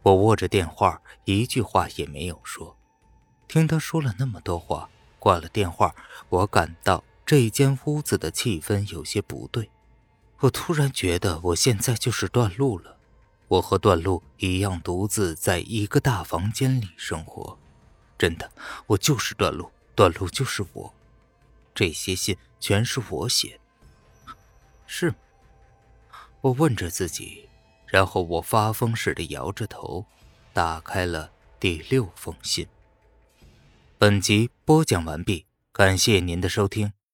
我握着电话，一句话也没有说。听他说了那么多话，挂了电话，我感到这间屋子的气氛有些不对。我突然觉得我现在就是段路了，我和段路一样独自在一个大房间里生活。真的，我就是段路，段路就是我。这些信全是我写的，是吗？我问着自己，然后我发疯似的摇着头，打开了第6封信。本集播讲完毕，感谢您的收听。